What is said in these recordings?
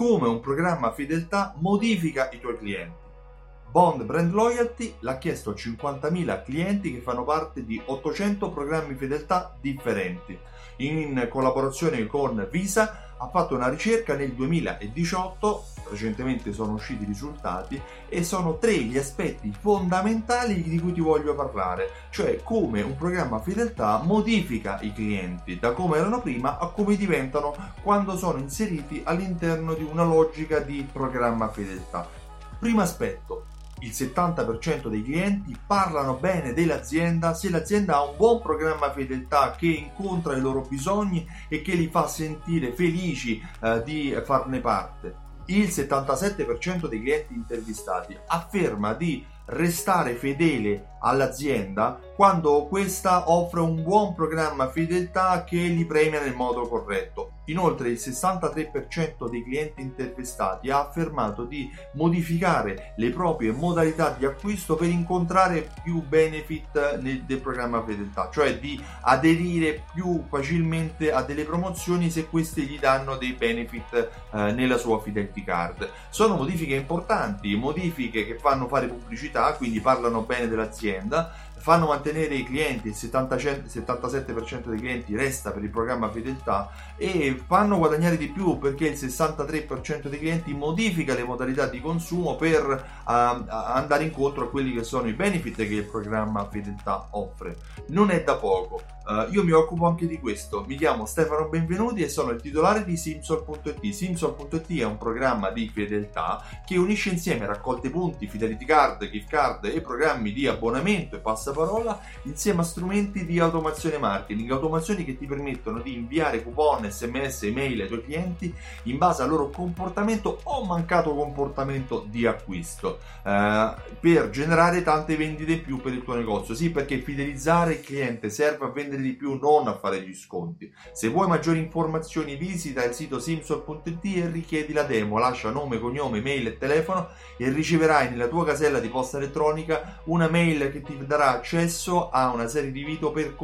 come un programma fedeltà modifica i tuoi clienti. Bond Brand Loyalty l'ha chiesto a 50.000 clienti che fanno parte di 800 programmi fedeltà differenti. In collaborazione con Visa ha fatto una ricerca nel 2018, recentemente sono usciti i risultati, e sono 3 gli aspetti fondamentali di cui ti voglio parlare, cioè come un programma fedeltà modifica i clienti da come erano prima a come diventano quando sono inseriti all'interno di una logica di programma fedeltà. Primo aspetto: il 70% dei clienti parlano bene dell'azienda se l'azienda ha un buon programma fedeltà che incontra i loro bisogni e che li fa sentire felici di farne parte. Il 77% dei clienti intervistati afferma di restare fedele all'azienda quando questa offre un buon programma fedeltà che li premia nel modo corretto. Inoltre il 63% dei clienti intervistati ha affermato di modificare le proprie modalità di acquisto per incontrare più benefit del programma fedeltà, cioè di aderire più facilmente a delle promozioni se queste gli danno dei benefit nella sua Fidelity Card. Sono modifiche importanti, modifiche che fanno fare pubblicità, quindi parlano bene dell'azienda, fanno mantenere i clienti, il 77% dei clienti resta per il programma fedeltà e fanno guadagnare di più perché il 63% dei clienti modifica le modalità di consumo per andare incontro a quelli che sono i benefit che il programma fedeltà offre. Non è da poco. Io mi occupo anche di questo. Mi chiamo Stefano Benvenuti e sono il titolare di Simsol.it. Simsol.it è un programma di fedeltà che unisce insieme raccolte punti, Fidelity Card, gift card e programmi di abbonamento e passaparola insieme a strumenti di automazione marketing, automazioni che ti permettono di inviare coupon, sms, email ai tuoi clienti in base al loro comportamento o mancato comportamento di acquisto per generare tante vendite in più per il tuo negozio. Sì, perché fidelizzare il cliente serve a vendere di più, non a fare gli sconti. Se vuoi maggiori informazioni visita il sito simsol.it e richiedi la demo, lascia nome, cognome, mail e telefono e riceverai nella tua casella di posta elettronica una mail che ti darà accesso a una serie di video per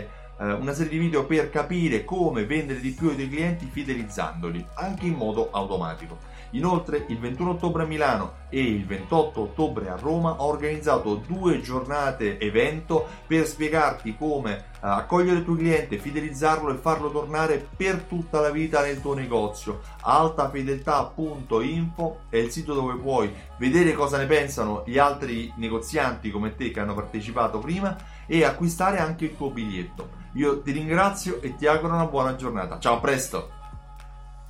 capire come vendere di più ai tuoi clienti fidelizzandoli anche in modo automatico. Inoltre il 21 ottobre a Milano e il 28 ottobre a Roma ho organizzato 2 giornate evento per spiegarti come accogliere il tuo cliente, fidelizzarlo e farlo tornare per tutta la vita nel tuo negozio. altafedeltà.info è il sito dove puoi vedere cosa ne pensano gli altri negozianti come te che hanno partecipato prima e acquistare anche il tuo biglietto. Io ti ringrazio e ti auguro una buona giornata. Ciao, a presto!